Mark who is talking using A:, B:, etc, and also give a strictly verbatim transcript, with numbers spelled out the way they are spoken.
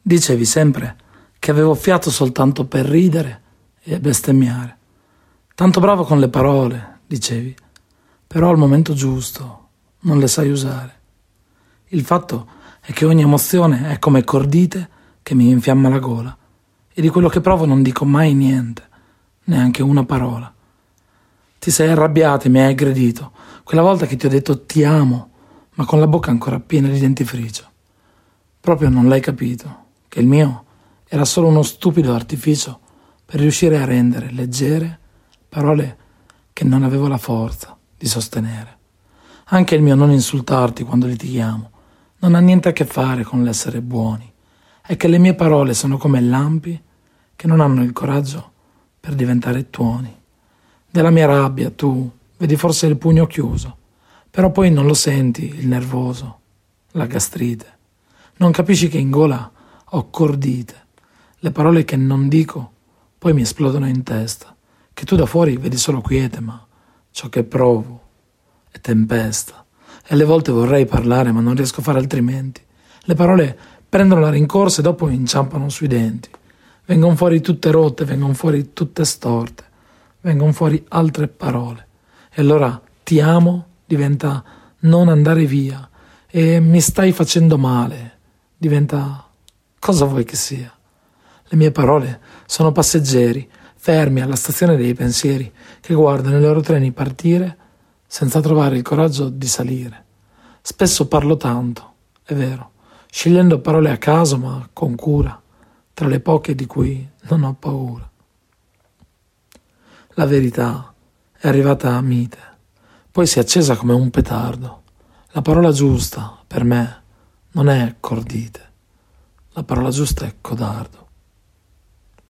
A: Dicevi sempre che avevo fiato soltanto per ridere e bestemmiare. Tanto bravo con le parole, dicevi, però al momento giusto non le sai usare. Il fatto è che ogni emozione è come cordite che mi infiamma la gola e di quello che provo non dico mai niente, neanche una parola. Ti sei arrabbiato e mi hai aggredito, quella volta che ti ho detto ti amo, ma con la bocca ancora piena di dentifricio. Proprio non l'hai capito, che il mio era solo uno stupido artificio per riuscire a rendere leggere parole che non avevo la forza di sostenere. Anche il mio non insultarti quando litighiamo non ha niente a che fare con l'essere buoni, è che le mie parole sono come lampi che non hanno il coraggio per diventare tuoni. Della mia rabbia tu vedi forse il pugno chiuso, però poi non lo senti il nervoso, la gastrite. Non capisci che in gola ho cordite, le parole che non dico poi mi esplodono in testa, che tu da fuori vedi solo quiete, ma ciò che provo è tempesta. E alle volte vorrei parlare, ma non riesco a fare altrimenti. Le parole prendono la rincorsa e dopo inciampano sui denti. Vengono fuori tutte rotte, vengono fuori tutte storte, vengono fuori altre parole. E allora ti amo diventa non andare via, e mi stai facendo male diventa cosa vuoi che sia. Le mie parole sono passeggeri fermi alla stazione dei pensieri che guardano i loro treni partire senza trovare il coraggio di salire. Spesso parlo tanto, è vero, scegliendo parole a caso ma con cura, tra le poche di cui non ho paura. La verità è arrivata a mite, poi si è accesa come un petardo. La parola giusta per me non è cordite, la parola giusta è codardo.